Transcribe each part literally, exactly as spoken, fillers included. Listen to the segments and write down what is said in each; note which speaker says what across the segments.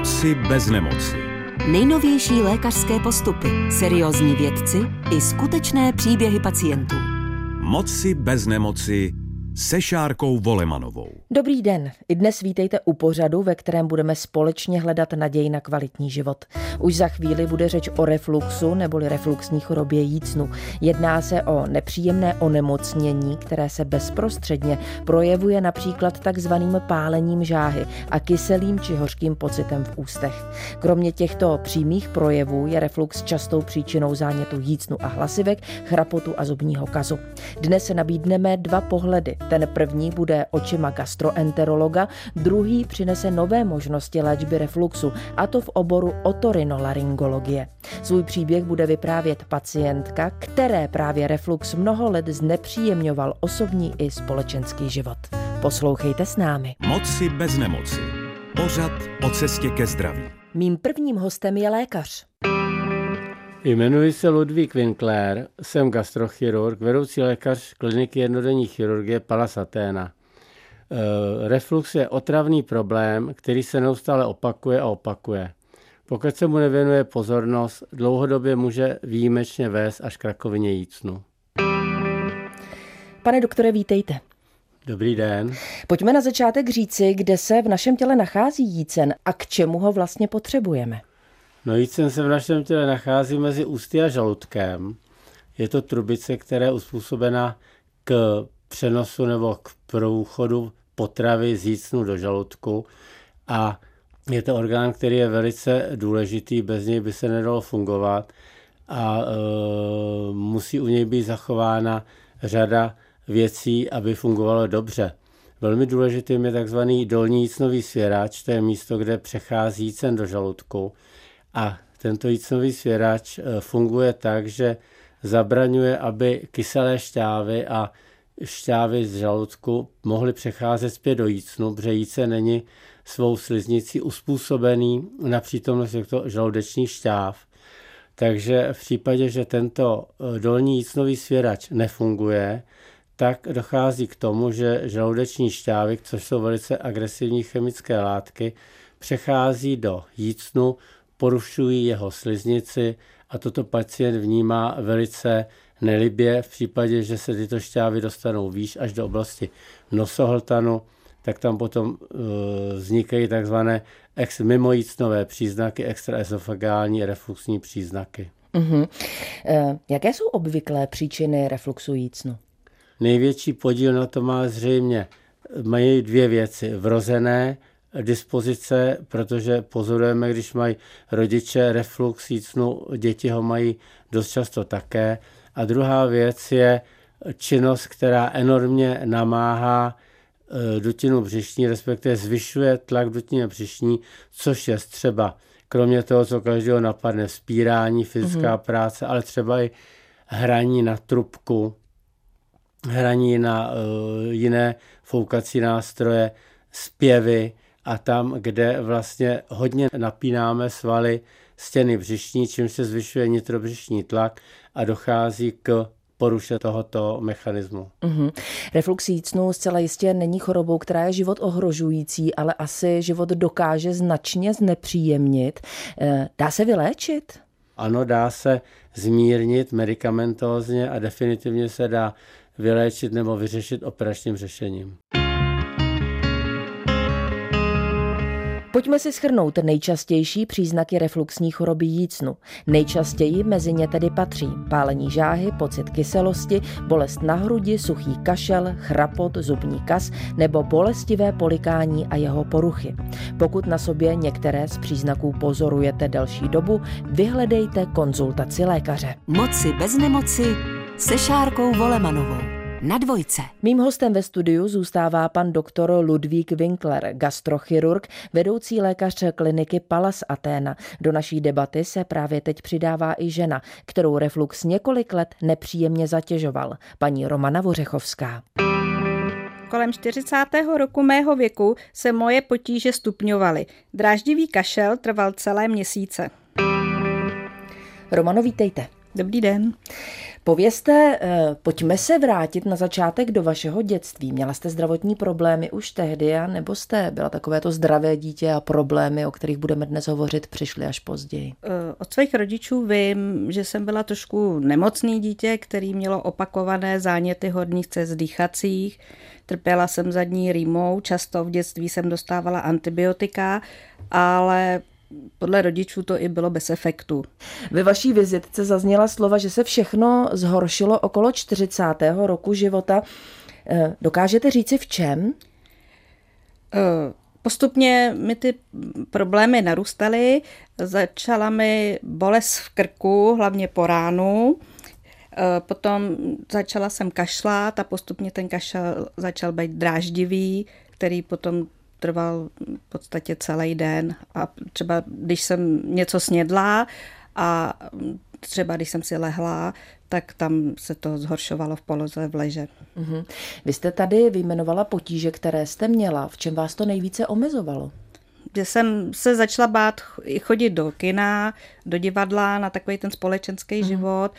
Speaker 1: Moci bez nemoci.
Speaker 2: Nejnovější lékařské postupy, seriózní vědci i skutečné příběhy pacientů.
Speaker 1: Moci bez nemoci se Šárkou Volemanovou.
Speaker 3: Dobrý den, i dnes vítejte u pořadu, ve kterém budeme společně hledat naději na kvalitní život. Už za chvíli bude řeč o refluxu neboli refluxní chorobě jícnu. Jedná se o nepříjemné onemocnění, které se bezprostředně projevuje například takzvaným pálením žáhy a kyselým či hořkým pocitem v ústech. Kromě těchto přímých projevů je reflux častou příčinou zánětu jícnu a hlasivek, chrapotu a zubního kazu. Dnes se nabídneme dva pohledy. Ten první bude očima gastroenterologa, druhý přinese nové možnosti léčby refluxu, a to v oboru otorinolaryngologie. Svůj příběh bude vyprávět pacientka, které právě reflux mnoho let znepříjemňoval osobní i společenský život. Poslouchejte s námi.
Speaker 1: Moci bez nemoci. Pořad o cestě ke zdraví.
Speaker 3: Mým prvním hostem je lékař.
Speaker 4: Jmenuji se Ludvík Winkler, jsem gastrochirurg, vedoucí lékař kliniky jednodenní chirurgie Pallas Athéna. Reflux je otravný problém, který se neustále opakuje a opakuje. Pokud se mu nevěnuje pozornost, dlouhodobě může výjimečně vést až k rakovině jícnu.
Speaker 3: Pane doktore, vítejte.
Speaker 4: Dobrý den.
Speaker 3: Pojďme na začátek říci, kde se v našem těle nachází jícen a k čemu ho vlastně potřebujeme.
Speaker 4: No, jícen se v našem těle nachází mezi ústy a žaludkem. Je to trubice, která je uspůsobena k přenosu nebo k průchodu potravy z jícnu do žaludku a je to orgán, který je velice důležitý, bez něj by se nedalo fungovat a e, musí u něj být zachována řada věcí, aby fungovalo dobře. Velmi důležitým je takzvaný dolní jícnový svěrač, to je místo, kde přechází jícen do žaludku. A tento jícnový svěrač funguje tak, že zabraňuje, aby kyselé šťávy a šťávy z žaludku mohly přecházet zpět do jícnu, protože jícen není svou sliznicí uspůsobený na přítomnost těchto žaludečních šťáv. Takže v případě, že tento dolní jícnový svěrač nefunguje, tak dochází k tomu, že žaludeční šťávy, což jsou velice agresivní chemické látky, přechází do jícnu, porušují jeho sliznici a toto pacient vnímá velice nelibě. V případě, že se tyto šťávy dostanou výš až do oblasti nosohltanu, tak tam potom uh, vznikají takzvané ex mimojícnové příznaky, extraesofagální refluxní příznaky.
Speaker 3: Uh-huh. E, jaké jsou obvyklé příčiny refluxu jícnu?
Speaker 4: Největší podíl na to má zřejmě, mají dvě věci. Vrozené dispozice, protože pozorujeme, když mají rodiče reflux jícnu, děti ho mají dost často také. A druhá věc je činnost, která enormně namáhá dutinu břišní, respektive zvyšuje tlak v dutině břišní, což je třeba, kromě toho, co každého napadne, vzpírání, fyzická mm-hmm. práce, ale třeba i hraní na trubku, hraní na uh, jiné foukací nástroje, zpěvy, a tam, kde vlastně hodně napínáme svaly stěny břišní, čímž se zvyšuje nitrobřišní tlak a dochází k poruše tohoto mechanismu.
Speaker 3: Mm-hmm. Reflux jícnu zcela jistě není chorobou, která je život ohrožující, ale asi život dokáže značně znepříjemnit. Dá se vyléčit?
Speaker 4: Ano, dá se zmírnit medikamentózně a definitivně se dá vyléčit nebo vyřešit operačním řešením.
Speaker 3: Pojďme si shrnout nejčastější příznaky refluxní choroby jícnu. Nejčastěji mezi ně tedy patří pálení žáhy, pocit kyselosti, bolest na hrudi, suchý kašel, chrapot, zubní kas nebo bolestivé polikání a jeho poruchy. Pokud na sobě některé z příznaků pozorujete delší dobu, vyhledejte konzultaci lékaře.
Speaker 2: Moci bez nemoci se Šárkou Volemanovou. Na dvojce.
Speaker 3: Mým hostem ve studiu zůstává pan doktor Ludvík Winkler, gastrochirurg, vedoucí lékař kliniky Pallas Athéna. Do naší debaty se právě teď přidává i žena, kterou reflux několik let nepříjemně zatěžoval, paní Romana Vořechovská.
Speaker 5: Kolem čtyřicátého roku mého věku se moje potíže stupňovaly. Dráždivý kašel trval celé měsíce.
Speaker 3: Romano, vítejte.
Speaker 5: Dobrý den.
Speaker 3: Povězte, pojďme se vrátit na začátek do vašeho dětství. Měla jste zdravotní problémy už tehdy, a nebo jste byla takovéto zdravé dítě a problémy, o kterých budeme dnes hovořit, přišly až později?
Speaker 5: Od svých rodičů vím, že jsem byla trošku nemocný dítě, který mělo opakované záněty horních cest dýchacích. Trpěla jsem zadní rýmou, často v dětství jsem dostávala antibiotika, ale podle rodičů to i bylo bez efektu.
Speaker 3: Ve vaší vizitce zazněla slova, že se všechno zhoršilo okolo čtyřicátého roku života. Dokážete říci v čem?
Speaker 5: Postupně mi ty problémy narůstaly, začala mi bolest v krku, hlavně po ránu. Potom začala jsem kašlat a postupně ten kašel začal být dráždivý, který potom trval v podstatě celý den. A třeba když jsem něco snědla a třeba když jsem si lehla, tak tam se to zhoršovalo v poloze v leže.
Speaker 3: Mm-hmm. Vy jste tady vyjmenovala potíže, které jste měla. V čem vás to nejvíce omezovalo?
Speaker 5: Že jsem se začala bát chodit do kina, do divadla, na takový ten společenský mm-hmm. život.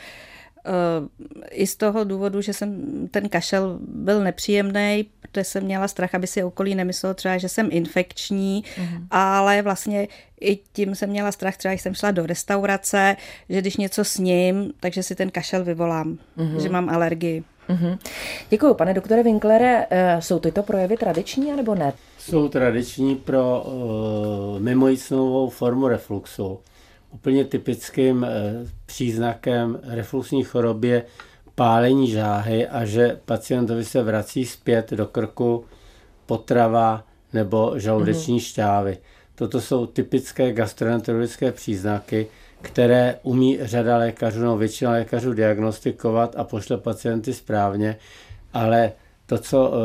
Speaker 5: I z toho důvodu, že jsem ten kašel byl nepříjemný, protože jsem měla strach, aby si okolí nemyslelo třeba, že jsem infekční, mm. ale vlastně i tím jsem měla strach, třeba když jsem šla do restaurace, že když něco sním, takže si ten kašel vyvolám, mm. že mám alergii.
Speaker 3: Mm-hmm. Děkuju. Pane doktore Winklere, jsou tyto projevy tradiční, nebo ne?
Speaker 4: Jsou tradiční pro uh, mimojícnovou formu refluxu. Úplně typickým příznakem refluxní choroby je pálení žáhy a že pacientovi se vrací zpět do krku potrava nebo žaludeční mm-hmm. šťávy. Toto jsou typické gastroenterologické příznaky, které umí řada lékařů, no většina lékařů diagnostikovat a pošle pacienty správně, ale to, co uh,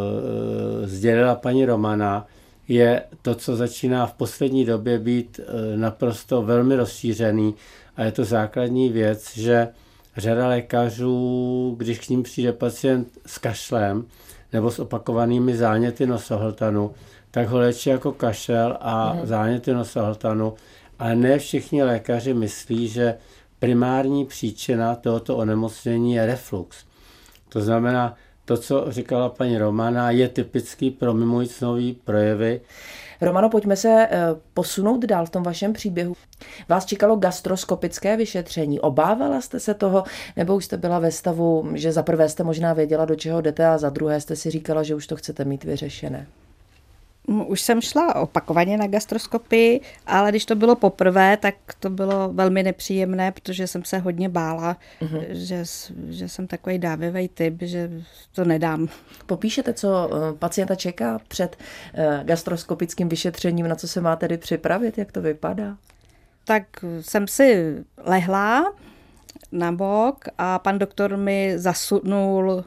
Speaker 4: sdělila paní Romana, je to, co začíná v poslední době být naprosto velmi rozšířený a je to základní věc, že řada lékařů, když k ním přijde pacient s kašlem nebo s opakovanými záněty nosohltanu, tak ho léčí jako kašel a mm. záněty nosohltanu, ale ne všichni lékaři myslí, že primární příčina tohoto onemocnění je reflux. To znamená, to, co říkala paní Romana, je typický pro mimojícnové projevy.
Speaker 3: Romano, pojďme se posunout dál v tom vašem příběhu. Vás čekalo gastroskopické vyšetření. Obávala jste se toho, nebo už jste byla ve stavu, že za prvé jste možná věděla, do čeho jdete, a za druhé jste si říkala, že už to chcete mít vyřešené?
Speaker 5: Už jsem šla opakovaně na gastroskopii, ale když to bylo poprvé, tak to bylo velmi nepříjemné, protože jsem se hodně bála, uh-huh. že, že jsem takový dávivý typ, že to nedám.
Speaker 3: Popíšete, co pacienta čeká před gastroskopickým vyšetřením, na co se má tedy připravit, jak to vypadá?
Speaker 5: Tak jsem si lehla na bok a pan doktor mi zasunul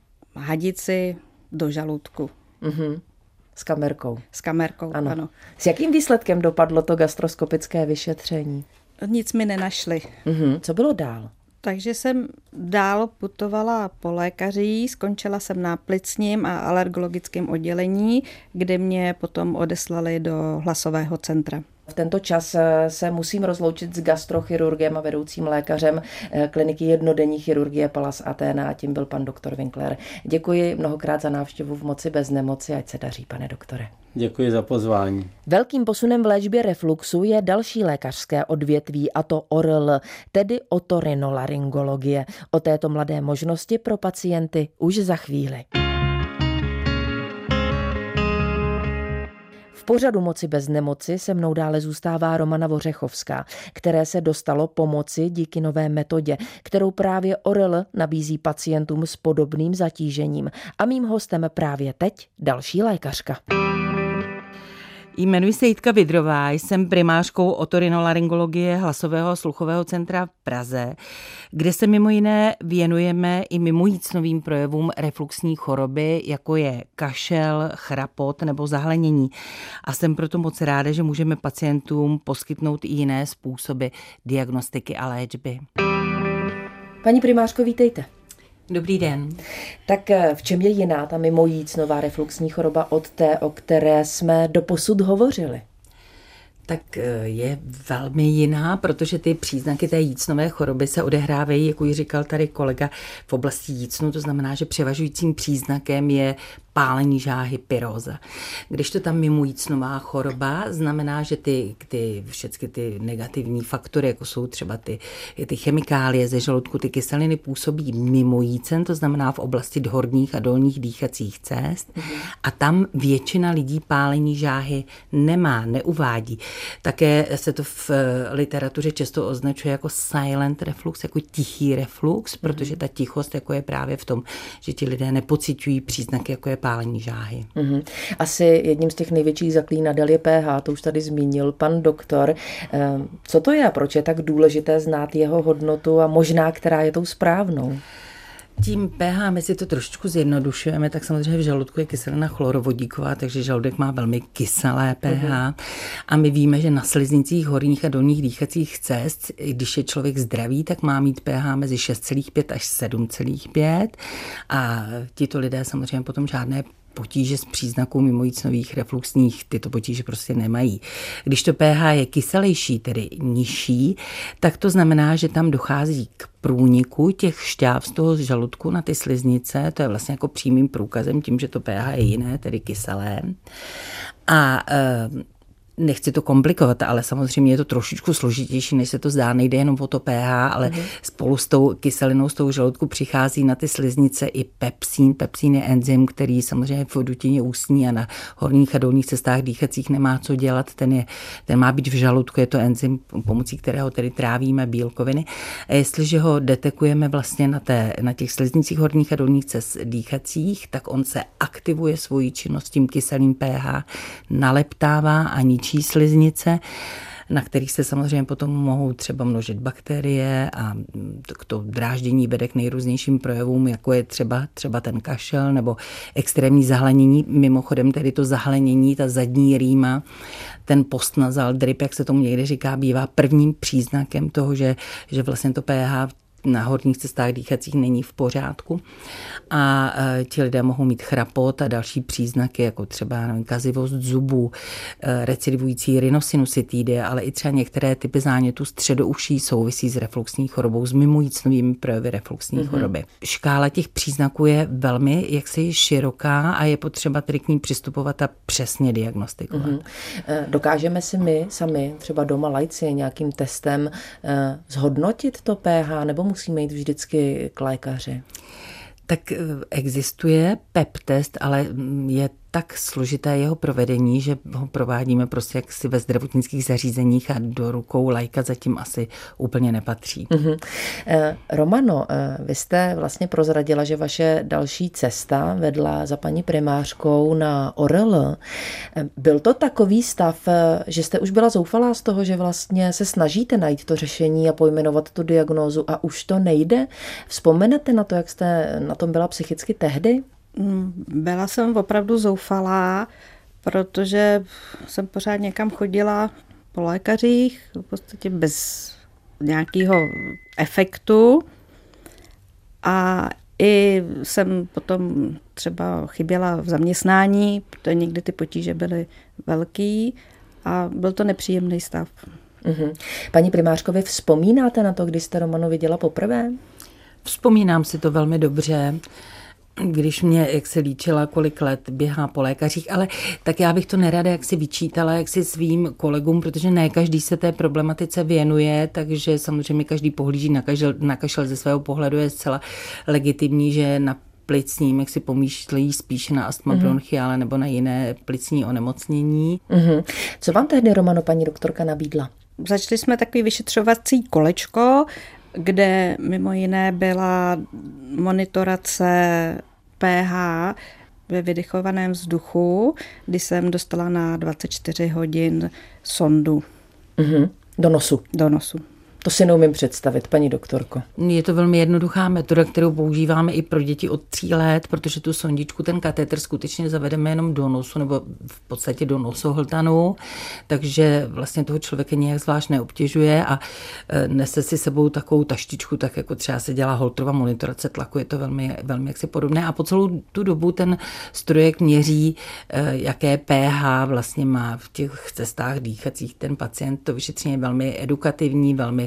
Speaker 5: hadici do žaludku.
Speaker 3: Uh-huh. S kamerkou.
Speaker 5: S kamerkou, ano. ano.
Speaker 3: S jakým výsledkem dopadlo to gastroskopické vyšetření?
Speaker 5: Nic mi nenašli.
Speaker 3: Uh-huh. Co bylo dál?
Speaker 5: Takže jsem dál putovala po lékařích, skončila jsem na plicním a alergologickém oddělení, kde mě potom odeslali do hlasového centra.
Speaker 3: V tento čas se musím rozloučit s gastrochirurgem a vedoucím lékařem kliniky jednodenní chirurgie Pallas Athéna, a tím byl pan doktor Winkler. Děkuji mnohokrát za návštěvu v Moci bez nemoci, ať se daří, pane doktore.
Speaker 4: Děkuji za pozvání.
Speaker 3: Velkým posunem v léčbě refluxu je další lékařské odvětví, a to O R L, tedy otorinolaryngologie. O této mladé možnosti pro pacienty už za chvíli. V pořadu Moci bez nemoci se mnou dále zůstává Romana Vořechovská, které se dostalo pomoci díky nové metodě, kterou právě O R L nabízí pacientům s podobným zatížením. A mým hostem právě teď další lékařka.
Speaker 6: Jmenuji se Jitka Vidrová, jsem primářkou otorinolaryngologie hlasového a sluchového centra v Praze, kde se mimo jiné věnujeme i mimojícnovým projevům refluxní choroby, jako je kašel, chrapot nebo zahlenění. A jsem proto moc ráda, že můžeme pacientům poskytnout i jiné způsoby diagnostiky a léčby.
Speaker 3: Paní primářko, vítejte.
Speaker 6: Dobrý den.
Speaker 3: Tak v čem je jiná ta mimojícnová refluxní choroba od té, o které jsme doposud hovořili?
Speaker 6: Tak je velmi jiná, protože ty příznaky té jícnové choroby se odehrávají, jak už říkal tady kolega, v oblasti jícnu, to znamená, že převažujícím příznakem je pálení žáhy, pyróza. Když to tam mimojícnová choroba, znamená, že ty, ty všechny ty negativní faktory, jako jsou třeba ty, ty chemikálie ze žaludku, ty kyseliny působí mimo jícen, to znamená v oblasti horních a dolních dýchacích cest. Mm. A tam většina lidí pálení žáhy nemá, neuvádí. Také se to v literatuře často označuje jako silent reflux, jako tichý reflux, protože ta tichost jako je právě v tom, že ti lidé nepociťují příznaky, jako je pálení žáhy.
Speaker 3: Mm-hmm. Asi jedním z těch největších zaklínadel je pH, to už tady zmínil pan doktor. Co to je a proč je tak důležité znát jeho hodnotu a možná, která je tou správnou?
Speaker 6: Tím pH, my si to trošičku zjednodušujeme, tak samozřejmě v žaludku je kyselina chlorovodíková, takže žaludek má velmi kyselé pH. Uh-huh. A my víme, že na sliznicích horních a dolních dýchacích cest, když je člověk zdravý, tak má mít pH mezi šest celá pět až sedm celá pět. A tito lidé samozřejmě potom žádné potíže z příznaků mimojícnových refluxních, tyto potíže prostě nemají. Když to pH je kyselější, tedy nižší, tak to znamená, že tam dochází k průniku těch šťáv z toho žaludku na ty sliznice, to je vlastně jako přímým průkazem tím, že to pH je jiné, tedy kyselé. A e, nechci to komplikovat, ale samozřejmě je to trošičku složitější, než se to zdá. Nejde jenom o to pH, ale mm. spolu s tou kyselinou, s tou žaludku přichází na ty sliznice i pepsín. Pepsín je enzym, který samozřejmě v dutině ústní a na horních a dolních cestách dýchacích nemá co dělat. Ten, je, ten má být v žaludku, je to enzym, pomocí kterého tedy trávíme bílkoviny. A jestliže ho detekujeme vlastně na, té, na těch sliznicích horních a dolních cest dýchacích, tak on se aktivuje svojí činností tím kyselým pH, naleptává a ničí sliznice, na kterých se samozřejmě potom mohou třeba množit bakterie a to dráždění vede k nejrůznějším projevům, jako je třeba, třeba ten kašel nebo extrémní zahlenění. Mimochodem tedy to zahlenění, ta zadní rýma, ten postnazal drip, jak se tomu někdy říká, bývá prvním příznakem toho, že, že vlastně to pH na horních cestách dýchacích není v pořádku a e, ti lidé mohou mít chrapot a další příznaky, jako třeba nevím, kazivost zubů, e, recidivující rhinosinusitídy, ale i třeba některé typy zánětů středouší souvisí s refluxní chorobou, s mimojícnovými projevy refluxní mm-hmm. choroby. Škála těch příznaků je velmi jaksi široká a je potřeba tedy k ní přistupovat a přesně diagnostikovat. Mm-hmm.
Speaker 3: Dokážeme si my sami, třeba doma laici, nějakým testem e, zhodnotit to pH, nebo musíme jít vždycky k lékaři?
Speaker 6: Tak existuje P E P test, ale je tak složité jeho provedení, že ho provádíme prostě jaksi ve zdravotnických zařízeních a do rukou laika zatím asi úplně nepatří. Mm-hmm.
Speaker 3: Eh, Romano, eh, vy jste vlastně prozradila, že vaše další cesta vedla za paní primářkou na O R L. Eh, byl to takový stav, eh, že jste už byla zoufalá z toho, že vlastně se snažíte najít to řešení a pojmenovat tu diagnózu a už to nejde? Vzpomenete na to, jak jste na tom byla psychicky tehdy?
Speaker 5: Byla jsem opravdu zoufalá, protože jsem pořád někam chodila po lékařích, v podstatě bez nějakého efektu a i jsem potom třeba chyběla v zaměstnání, protože někdy ty potíže byly velký a byl to nepříjemný stav.
Speaker 3: Uhum. Paní primářko, vy vzpomínáte na to, kdy jste Romanu viděla poprvé?
Speaker 6: Vzpomínám si to velmi dobře. Když mě, jak se líčila, kolik let běhá po lékařích, ale tak já bych to nerada jak si vyčítala jak si svým kolegům, protože ne každý se té problematice věnuje, takže samozřejmě každý pohlíží na kašel, na kašel ze svého pohledu je zcela legitimní, že na plicním, jak si pomýšlejí spíše na astma mm-hmm. bronchiále nebo na jiné plicní onemocnění.
Speaker 3: Mm-hmm. Co vám tehdy, Romano, paní doktorka nabídla?
Speaker 5: Začali jsme takový vyšetřovací kolečko, kde mimo jiné byla monitorace pH ve vydechovaném vzduchu, kdy jsem dostala na dvacet čtyři hodin sondu.
Speaker 3: Mm-hmm. Do nosu?
Speaker 5: Do nosu.
Speaker 3: To si neumím představit, paní doktorko.
Speaker 6: Je to velmi jednoduchá metoda, kterou používáme i pro děti od tří let, protože tu sondičku, ten katetr skutečně zavedeme jenom do nosu nebo v podstatě do nosohltanu, takže vlastně toho člověka nějak zvlášť neobtěžuje a nese si sebou takovou taštičku, tak jako třeba se dělá Holterova monitorace tlaku, je to velmi, velmi jaksi podobné a po celou tu dobu ten strojek měří, jaké pH vlastně má v těch cestách dýchacích ten pacient. To vyšetření je velmi edukativní, velmi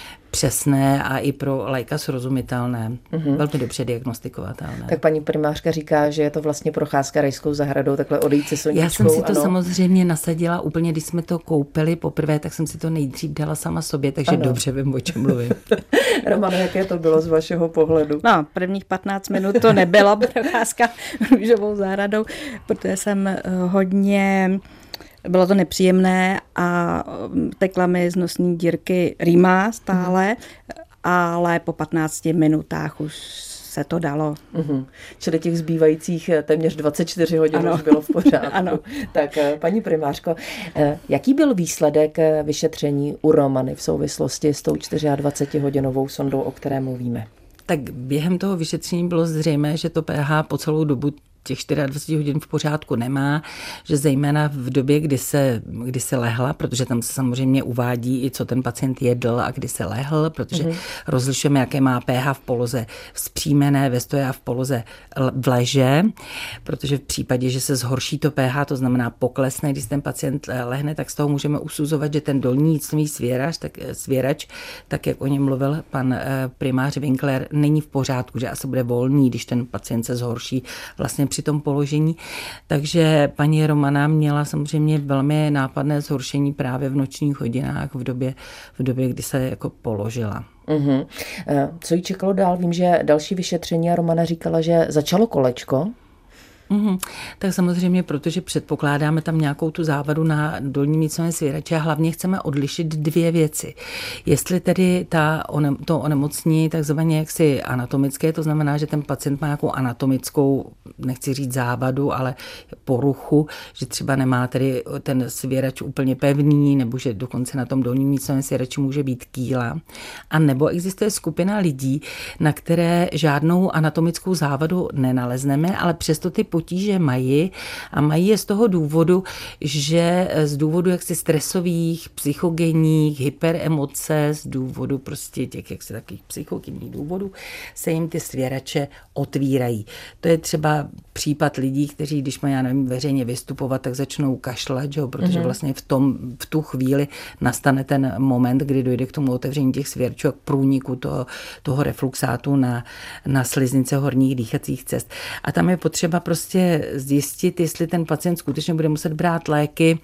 Speaker 6: přesné a i pro laika srozumitelné, mm-hmm. velmi dobře diagnostikovatelné.
Speaker 3: Tak paní primářka říká, že je to vlastně procházka rajskou zahradou, takhle odejít se sondičkou.
Speaker 6: Já jsem si to
Speaker 3: ano.
Speaker 6: samozřejmě nasadila úplně, když jsme to koupili poprvé, tak jsem si to nejdřív dala sama sobě, takže ano. dobře vím, o čem mluvím.
Speaker 3: Romano, jaké to bylo z vašeho pohledu?
Speaker 5: No, prvních patnáct minut to nebyla procházka růžovou zahradou, protože jsem hodně... Bylo to nepříjemné a tekla mi z nosní dírky rýma stále, mm. ale po patnácti minutách už se to dalo.
Speaker 3: Mm-hmm. Čili těch zbývajících téměř dvacet čtyři hodin ano. už bylo v pořádku.
Speaker 5: Ano.
Speaker 3: Tak paní primářko, jaký byl výsledek vyšetření u Romany v souvislosti s tou dvacetičtyřhodinovou sondou, o které mluvíme?
Speaker 6: Tak během toho vyšetření bylo zřejmé, že to pH po celou dobu těch dvacet čtyři hodin v pořádku nemá, že zejména v době, kdy se, kdy se lehla, protože tam se samozřejmě uvádí i co ten pacient jedl a kdy se lehl, protože mm-hmm. rozlišujeme, jaké má pH v poloze vzpřímené, ve stoje a v poloze v leže, protože v případě, že se zhorší to pH, to znamená poklesne, když ten pacient lehne, tak z toho můžeme usuzovat, že ten dolní jícnový svěrač, tak, svěrač, tak jak o něm mluvil pan primář Winkler, není v pořádku, že asi bude volný, když ten pacient se zhorší vlastně při tom položení. Takže paní Romana měla samozřejmě velmi nápadné zhoršení právě v nočních hodinách v době, v době kdy se jako položila.
Speaker 3: Uh-huh. Co jí čekalo dál? Vím, že další vyšetření a Romana říkala, že začalo kolečko.
Speaker 6: Mm-hmm. Tak samozřejmě, protože předpokládáme tam nějakou tu závadu na dolním jícnovém svěrači a hlavně chceme odlišit dvě věci. Jestli tedy ta, to onemocnění takzvaně jaksi anatomické, to znamená, že ten pacient má nějakou anatomickou, nechci říct závadu, ale poruchu, že třeba nemá tedy ten svěrač úplně pevný, nebo že dokonce na tom dolním jícnovém svěrači může být kýla. A nebo existuje skupina lidí, na které žádnou anatomickou závadu nenalezneme, ale přesto ty potíže mají a mají je z toho důvodu, že z důvodu jaksi stresových, psychogenních, hyperemoce, z důvodu prostě těch jaksi takových psychogenních důvodů se jim ty svěrače otvírají. To je třeba případ lidí, kteří, když mají, já nevím, veřejně vystupovat, tak začnou kašlat, že? Protože vlastně v, tom, v tu chvíli nastane ten moment, kdy dojde k tomu otevření těch svěrčů a k průniku toho, toho refluxátu na, na sliznice horních dýchacích cest. A tam je potřeba prostě zjistit, jestli ten pacient skutečně bude muset brát léky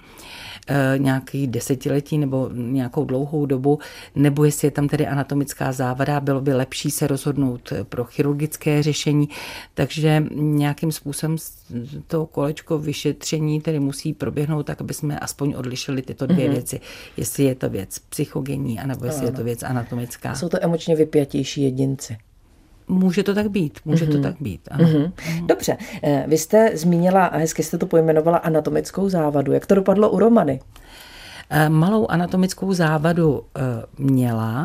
Speaker 6: e, nějaký desetiletí nebo nějakou dlouhou dobu, nebo jestli je tam tedy anatomická závada, bylo by lepší se rozhodnout pro chirurgické řešení, takže nějakým způsobem to kolečko vyšetření tedy musí proběhnout tak, aby jsme aspoň odlišili tyto dvě mm-hmm. věci, jestli je to věc psychogenní, anebo jestli ano. je to věc anatomická.
Speaker 3: Jsou to emočně vypjatější jedinci.
Speaker 6: Může to tak být, může mm-hmm. to tak být. Ano.
Speaker 3: Mm-hmm. Dobře, vy jste zmínila, a hezky jste to pojmenovala, anatomickou závadu. Jak to dopadlo u Romany?
Speaker 6: Malou anatomickou závadu měla,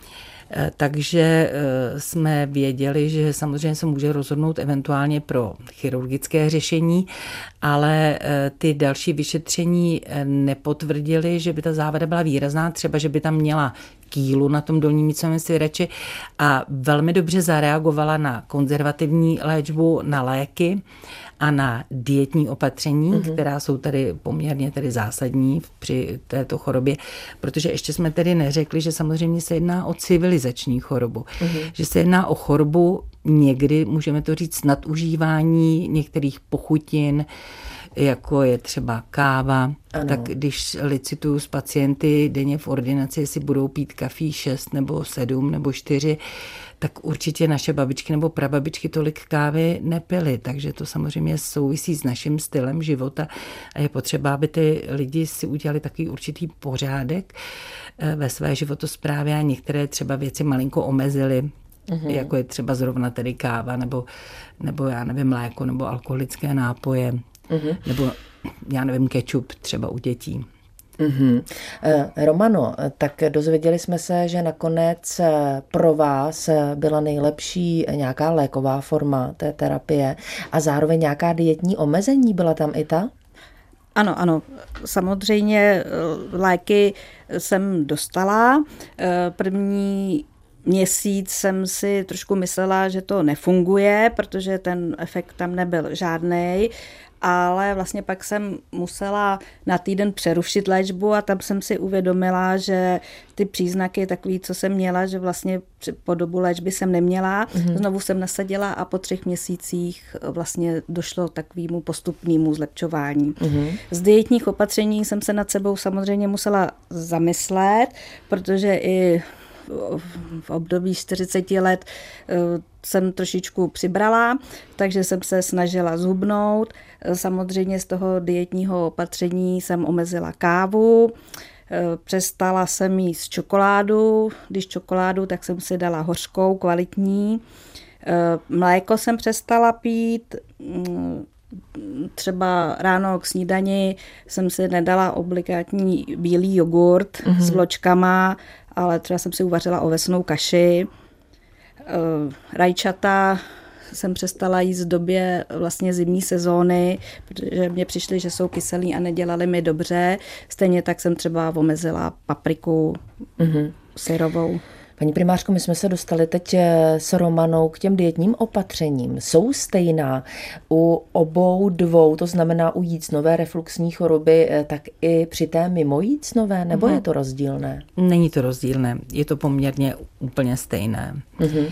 Speaker 6: takže jsme věděli, že samozřejmě se může rozhodnout eventuálně pro chirurgické řešení, ale ty další vyšetření nepotvrdily, že by ta závada byla výrazná, třeba, že by tam měla kýlu na tom dolním jícnovém svěrači a velmi dobře zareagovala na konzervativní léčbu, na léky a na dietní opatření, mm-hmm. která jsou tady poměrně tady zásadní při této chorobě, protože ještě jsme tedy neřekli, že samozřejmě se jedná o civilizační chorobu, mm-hmm. že se jedná o chorobu někdy, můžeme to říct, nadužívání některých pochutin, jako je třeba káva, ano. Tak když licituju s pacienty denně v ordinaci, jestli budou pít kafí šest nebo sedm nebo čtyři, tak určitě naše babičky nebo prababičky tolik kávy nepily, takže to samozřejmě souvisí s naším stylem života a je potřeba, aby ty lidi si udělali takový určitý pořádek ve své životosprávě a některé třeba věci malinko omezily, uhum. Jako je třeba zrovna tedy káva nebo, nebo já nevím, mléko nebo alkoholické nápoje. Uhum. Nebo já nevím, kečup třeba u dětí.
Speaker 3: Mm-hmm. Romano, tak dozvěděli jsme se, že nakonec pro vás byla nejlepší nějaká léková forma té terapie a zároveň nějaká dietní omezení, byla tam i ta?
Speaker 5: Ano, ano, samozřejmě léky jsem dostala. První měsíc jsem si trošku myslela, že to nefunguje, protože ten efekt tam nebyl žádnej, ale vlastně pak jsem musela na týden přerušit léčbu a tam jsem si uvědomila, že ty příznaky takový, co jsem měla, že vlastně po dobu léčby jsem neměla. Mm-hmm. Znovu jsem nasadila a po třech měsících vlastně došlo takovému postupnému zlepšování. Mm-hmm. Z dietních opatření jsem se nad sebou samozřejmě musela zamyslet, protože i v období čtyřicet let jsem trošičku přibrala, takže jsem se snažila zhubnout. Samozřejmě z toho dietního opatření jsem omezila kávu, přestala jsem jíst čokoládu, když čokoládu, tak jsem si dala hořkou, kvalitní. Mléko jsem přestala pít, třeba ráno k snídani jsem si nedala obligátní bílý jogurt mm-hmm. s vločkama, ale třeba jsem si uvařila ovesnou kaši. Rajčata jsem přestala jíst v době vlastně zimní sezóny, protože mě přišly, že jsou kyselý a nedělali mi dobře. Stejně tak jsem třeba omezila papriku mm-hmm. syrovou.
Speaker 3: Paní primářko, my jsme se dostali teď s Romanou k těm dietním opatřením. Jsou stejná u obou dvou, to znamená u jícnové refluxní choroby, tak i při té mimojícnové, nebo mm-hmm. je to rozdílné?
Speaker 6: Není to rozdílné, je to poměrně úplně stejné. Mm-hmm.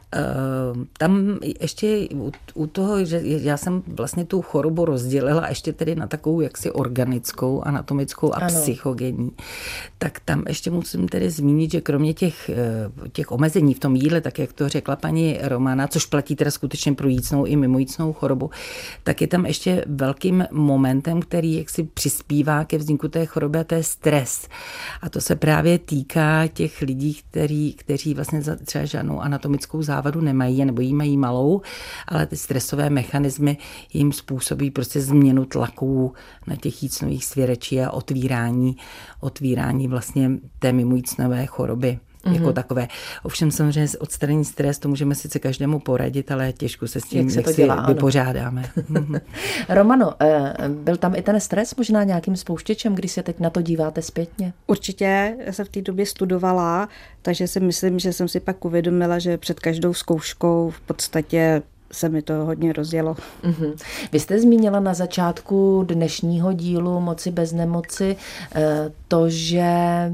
Speaker 6: Tam ještě u toho, že já jsem vlastně tu chorobu rozdělila ještě tedy na takovou jaksi organickou, anatomickou a ano. psychogenní, tak tam ještě musím tedy zmínit, že kromě těch, těch omezení v tom jídle, tak jak to řekla paní Romana, což platí teda skutečně pro jícnou i mimojícnou chorobu, tak je tam ještě velkým momentem, který jaksi přispívá ke vzniku té choroby, a to je stres. A to se právě týká těch lidí, který, kteří vlastně třeba žádnou anatomickou závadu nemají, nebo jí mají malou, ale ty stresové mechanismy jim způsobí prostě změnu tlaků na těch jícnových svěrečí a otvírání, otvírání vlastně té mimojícnové choroby. Mm-hmm. Jako takové. Ovšem samozřejmě odstranění stres, to můžeme sice každému poradit, ale těžko se s tím jak si dělá, vypořádáme.
Speaker 3: Romano, byl tam i ten stres možná nějakým spouštěčem, když se teď na to díváte zpětně?
Speaker 5: Určitě, já jsem v té době studovala, takže si myslím, že jsem si pak uvědomila, že před každou zkouškou v podstatě se mi to hodně rozjelo.
Speaker 3: Mm-hmm. Vy jste zmínila na začátku dnešního dílu Moci bez nemoci to, že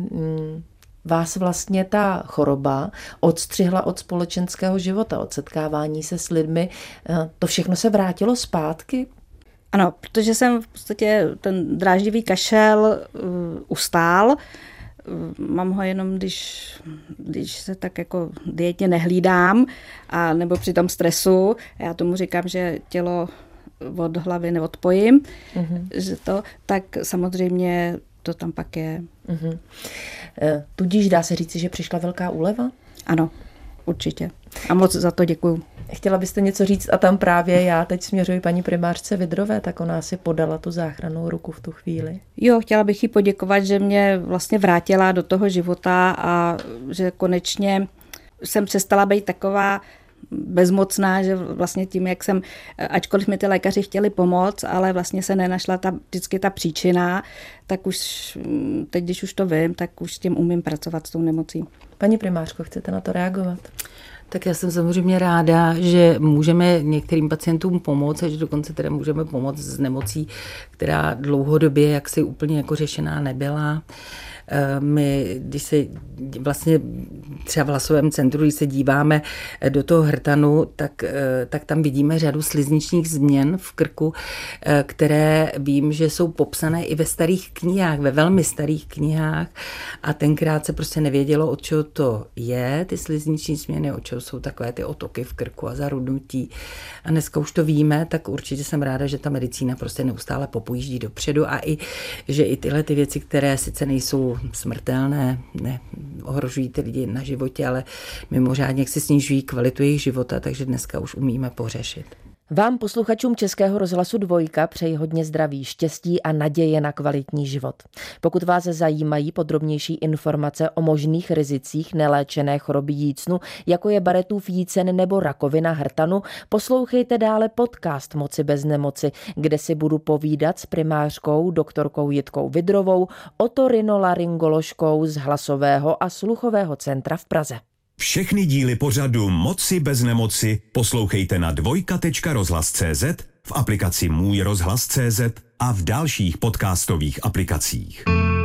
Speaker 3: vás vlastně ta choroba odstřihla od společenského života, od setkávání se s lidmi. To všechno se vrátilo zpátky?
Speaker 5: Ano, protože jsem v podstatě ten dráždivý kašel uh, ustál. Uh, mám ho jenom, když, když se tak jako dietně nehlídám, a nebo při tom stresu. Já tomu říkám, že tělo od hlavy neodpojím, mm-hmm. že to, tak samozřejmě to tam pak je.
Speaker 3: Mm-hmm. Tudíž dá se říci, že přišla velká úleva?
Speaker 5: Ano, určitě. A moc za to děkuju.
Speaker 3: Chtěla byste něco říct a tam právě já teď směřuji paní primářce Vidrové, tak ona si podala tu záchrannou ruku v tu chvíli.
Speaker 5: Jo, chtěla bych jí poděkovat, že mě vlastně vrátila do toho života a že konečně jsem přestala být taková bezmocná, že vlastně tím, jak jsem, ačkoliv mi ty lékaři chtěli pomoct, ale vlastně se nenašla ta, vždycky ta příčina, tak už teď, když už to vím, tak už s tím umím pracovat s tou nemocí.
Speaker 3: Paní primářko, chcete na to reagovat?
Speaker 6: Tak já jsem samozřejmě ráda, že můžeme některým pacientům pomoct a že dokonce teda můžeme pomoct s nemocí, která dlouhodobě jaksi úplně jako řešená nebyla. My, když se vlastně třeba v hlasovém centru, když se díváme do toho hrtanu, tak, tak tam vidíme řadu slizničních změn v krku, které vím, že jsou popsané i ve starých knihách, ve velmi starých knihách, a tenkrát se prostě nevědělo, od čeho to je, ty slizniční změny, od čeho jsou takové ty otoky v krku a zarudnutí. A dneska už to víme, tak určitě jsem ráda, že ta medicína prostě neustále popojíždí dopředu a i, že i tyhle ty věci, které sice nejsou smrtelné, ne, ohrožují ty lidi na životě, ale mimořádně si snižují kvalitu jejich života, takže dneska už umíme pořešit.
Speaker 3: Vám, posluchačům Českého rozhlasu Dvojka, přeji hodně zdraví, štěstí a naděje na kvalitní život. Pokud vás zajímají podrobnější informace o možných rizicích neléčené choroby jícnu, jako je Barrettův jícen nebo rakovina hrtanu, poslouchejte dále podcast Moci bez nemoci, kde si budu povídat s primářkou doktorkou Jitkou Vidrovou, otorinolaryngoložkou z Hlasového a sluchového centra v Praze.
Speaker 1: Všechny díly pořadu Moci bez nemoci poslouchejte na dvojka tečka rozhlas tečka cé zet, v aplikaci Můj rozhlas tečka cé zet a v dalších podcastových aplikacích.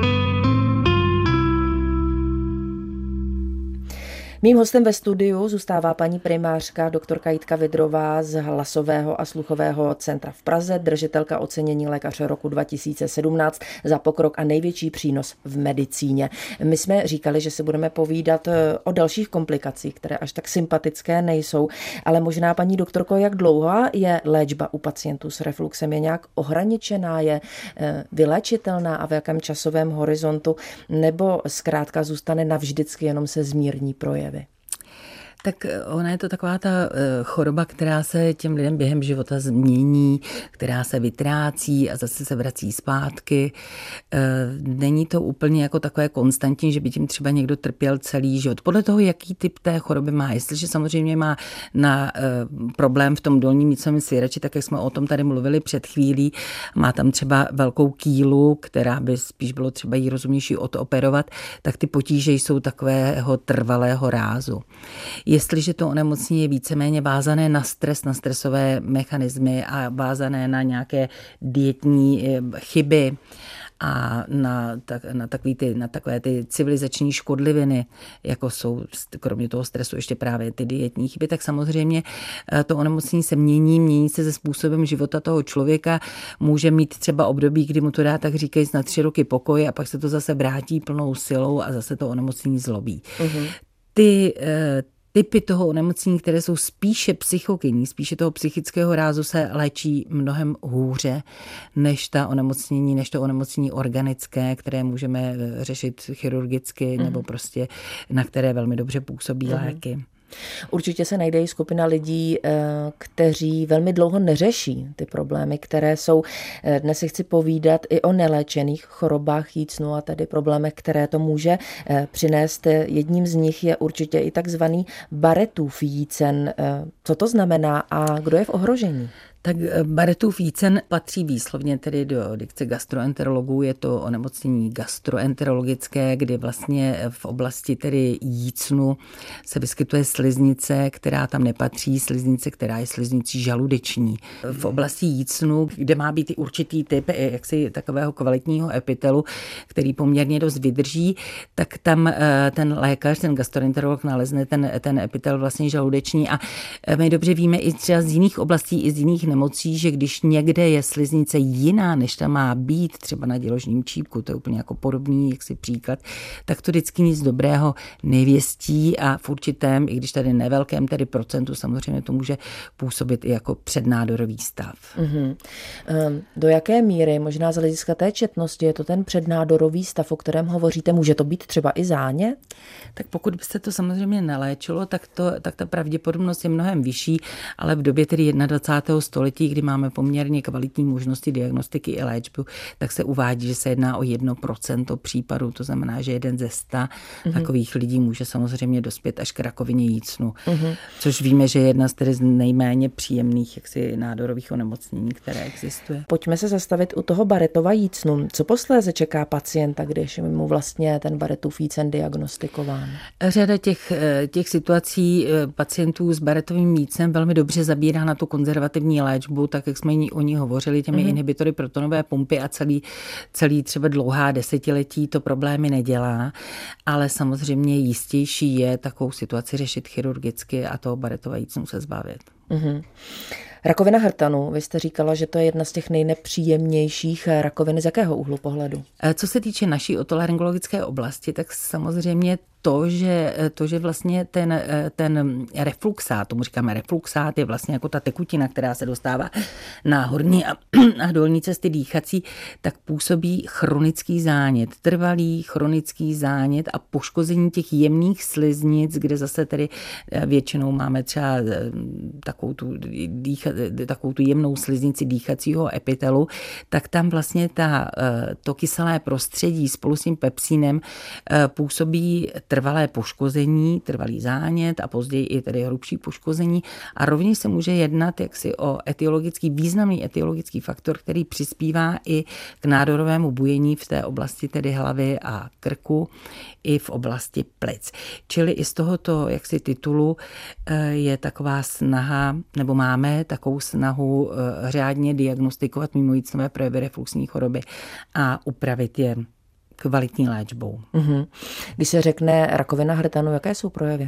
Speaker 3: Mým hostem ve studiu zůstává paní primářka doktorka Jitka Vidrová z Hlasového a sluchového centra v Praze, držitelka ocenění lékaře roku dva tisíce sedmnáct za pokrok a největší přínos v medicíně. My jsme říkali, že si budeme povídat o dalších komplikacích, které až tak sympatické nejsou, ale možná, paní doktorko, jak dlouhá je léčba u pacientů s refluxem? Je nějak ohraničená, je vyléčitelná a v jakém časovém horizontu, nebo zkrátka zůstane navždycky jenom se zmírní projevy?
Speaker 6: Tak ona je to taková ta choroba, která se těm lidem během života změní, která se vytrácí a zase se vrací zpátky. Není to úplně jako takové konstantní, že by tím třeba někdo trpěl celý život. Podle toho, jaký typ té choroby má. Jestliže samozřejmě má na problém v tom dolním jícnovém svěrači, tak jak jsme o tom tady mluvili před chvílí, má tam třeba velkou kýlu, která by spíš bylo třeba jí rozumnější odoperovat, tak ty potíže jsou takového trvalého rázu. Jestliže to onemocnění je víceméně vázané na stres, na stresové mechanismy a vázané na nějaké dietní chyby a na, tak, na, takový ty, na takové ty civilizační škodliviny, jako jsou kromě toho stresu ještě právě ty dietní chyby, tak samozřejmě to onemocnění se mění, mění se se způsobem života toho člověka, může mít třeba období, kdy mu to dá, tak říkají, na tři roky pokoj a pak se to zase vrátí plnou silou a zase to onemocnění zlobí. Uh-huh. Ty typy toho onemocnění, které jsou spíše psychogenní, spíše toho psychického rázu, se léčí mnohem hůře než ta onemocnění, než to onemocnění organické, které můžeme řešit chirurgicky mm. nebo prostě na které velmi dobře působí mm. léky.
Speaker 3: Určitě se najde i skupina lidí, kteří velmi dlouho neřeší ty problémy, které jsou. Dnes si chci povídat i o neléčených chorobách jícnu a tedy problémech, které to může přinést. Jedním z nich je určitě i takzvaný Barrettův jícen. Co to znamená a kdo je v ohrožení?
Speaker 6: Tak Barrettův jícen patří výslovně tedy do dikce gastroenterologů, je to onemocnění gastroenterologické, kdy vlastně v oblasti tedy jícnu se vyskytuje sliznice, která tam nepatří, sliznice, která je sliznicí žaludeční. V oblasti jícnu, kde má být i určitý typ jaksi takového kvalitního epitelu, který poměrně dost vydrží, tak tam ten lékař, ten gastroenterolog nalezne ten, ten epitel vlastně žaludeční a my dobře víme i třeba z jiných oblastí, i z jiných nemocí, že když někde je sliznice jiná, než ta má být, třeba na děložním čípku, to je úplně jako podobný jaksi příklad, tak to vždycky nic dobrého nevěstí a v určitém, i když tady nevelkém tedy procentu, samozřejmě to může působit i jako přednádorový stav.
Speaker 3: Mm-hmm. Do jaké míry, možná z hlediska té četnosti, je to ten přednádorový stav, o kterém hovoříte, může to být třeba i zánět?
Speaker 6: Tak pokud by se to samozřejmě neléčilo, tak, to, tak ta pravděpodobnost je mnohem vyšší, ale v době tedy dvacátého prvního století, kdy máme poměrně kvalitní možnosti diagnostiky i léčby, tak se uvádí, že se jedná o jedno procento případů, to znamená, že jeden ze sta mm-hmm. takových lidí může samozřejmě dospět až k rakovině jícnu, mm-hmm. což víme, že je jedna z, tedy z nejméně příjemných jaksi nádorových onemocnění, které existuje.
Speaker 3: Pojďme se zastavit u toho Barrettova jícnu. Co posléze čeká pacienta, když je mu vlastně ten Barrettův jícen diagnostikován?
Speaker 6: Řada těch, těch situací pacientů s Barrettovým jícnem velmi dobře zabírá na tu konzervativní léčbu, tak jak jsme o ní hovořili, těmi mm-hmm. inhibitory protonové pumpy a celý, celý třeba dlouhá desetiletí to problémy nedělá, ale samozřejmě jistější je takovou situaci řešit chirurgicky a toho Barrettova jícnu se zbavit.
Speaker 3: Mm-hmm. Rakovina hrtanu, vy jste říkala, že to je jedna z těch nejnepříjemnějších rakovin. Z jakého úhlu pohledu?
Speaker 6: Co se týče naší otolaryngologické oblasti, tak samozřejmě to, že, to, že vlastně ten, ten refluxát, tomu říkáme refluxát, je vlastně jako ta tekutina, která se dostává na horní a, a dolní cesty dýchací, tak působí chronický zánět, trvalý chronický zánět a poškození těch jemných sliznic, kde zase tedy většinou máme třeba takovou tu, dýcha, takovou tu jemnou sliznici dýchacího epitelu, tak tam vlastně ta, to kyselé prostředí spolu s tím pepsínem působí trvalé poškození, trvalý zánět a později i tedy hrubší poškození a rovněž se může jednat jaksi o etiologický, významný etiologický faktor, který přispívá i k nádorovému bujení v té oblasti tedy hlavy a krku i v oblasti plic. Čili i z tohoto jaksi titulu je taková snaha, nebo máme takovou snahu řádně diagnostikovat mimojícnové projevy refluxní choroby a upravit je kvalitní léčbou.
Speaker 3: Mm-hmm. Když se řekne rakovina hrtanu, jaké jsou projevy?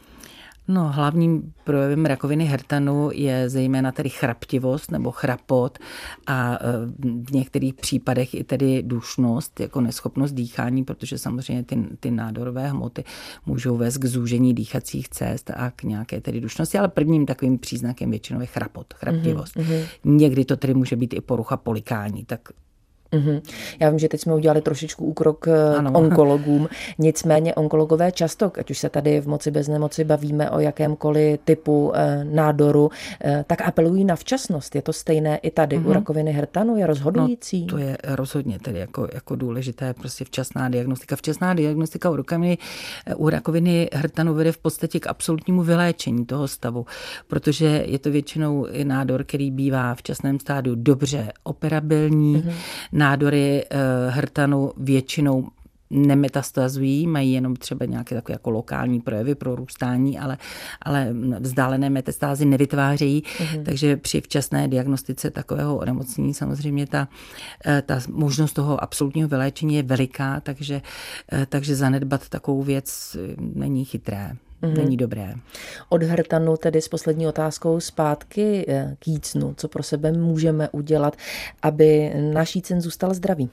Speaker 6: No, hlavním projevem rakoviny hrtanu je zejména tedy chraptivost nebo chrapot a v některých případech i tedy dušnost, jako neschopnost dýchání, protože samozřejmě ty, ty nádorové hmoty můžou vést k zúžení dýchacích cest a k nějaké tedy dušnosti, ale prvním takovým příznakem většinou je chrapot, chraptivost. Mm-hmm. Někdy to tedy může být i porucha polikání, tak
Speaker 3: Mm-hmm. Já vím, že teď jsme udělali trošičku úkrok k ano. onkologům, nicméně onkologové často, ať už se tady v Moci bez nemoci bavíme o jakémkoliv typu e, nádoru, e, tak apelují na včasnost. Je to stejné i tady mm-hmm. u rakoviny hrtanu? Je rozhodující?
Speaker 6: No, to je rozhodně tedy jako, jako důležité, prostě včasná diagnostika. Včasná diagnostika u rakoviny, u rakoviny hrtanu vede v podstatě k absolutnímu vyléčení toho stavu, protože je to většinou nádor, který bývá v včasném stádiu dobře operabilní. Mm-hmm. Nádory hrtanu většinou nemetastazují, mají jenom třeba nějaké takové jako lokální projevy prorůstání, ale, ale vzdálené metastázy nevytvářejí, mm-hmm. takže při včasné diagnostice takového onemocnění samozřejmě ta, ta možnost toho absolutního vyléčení je veliká, takže, takže zanedbat takovou věc není chytré. Mm-hmm. Není dobré.
Speaker 3: Od hrtanu tedy s poslední otázkou zpátky k jícnu. Co pro sebe můžeme udělat, aby náš jícen zůstal zdravý?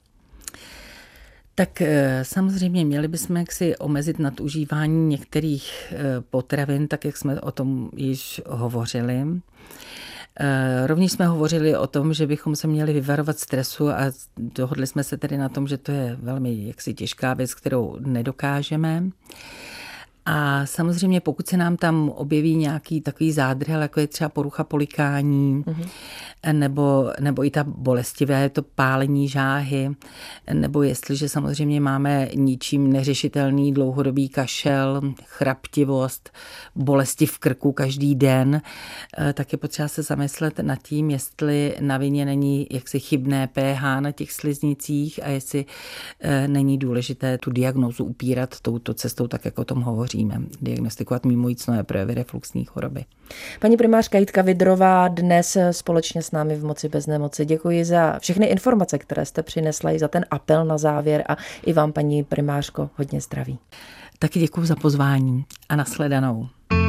Speaker 6: Tak samozřejmě měli bychom jaksi omezit nadužívání některých potravin, tak jak jsme o tom již hovořili. Rovněž jsme hovořili o tom, že bychom se měli vyvarovat stresu a dohodli jsme se tedy na tom, že to je velmi jaksi těžká věc, kterou nedokážeme. A samozřejmě pokud se nám tam objeví nějaký takový zádrhel, jako je třeba porucha polikání, mm-hmm. nebo, nebo i ta bolestivé, to pálení žáhy, nebo jestliže samozřejmě máme ničím neřešitelný dlouhodobý kašel, chraptivost, bolesti v krku každý den, tak je potřeba se zamyslet nad tím, jestli na vině není jaksi chybné pH na těch sliznicích a jestli není důležité tu diagnózu upírat touto cestou, tak jak o tom hovoří. Diagnostikovat mimojícnové projevy refluxní choroby.
Speaker 3: Paní primářka Jitka Vidrová dnes společně s námi v Moci bez nemoci. Děkuji za všechny informace, které jste přinesla, i za ten apel na závěr a i vám, paní primářko, hodně zdraví.
Speaker 6: Taky děkuji za pozvání a nashledanou.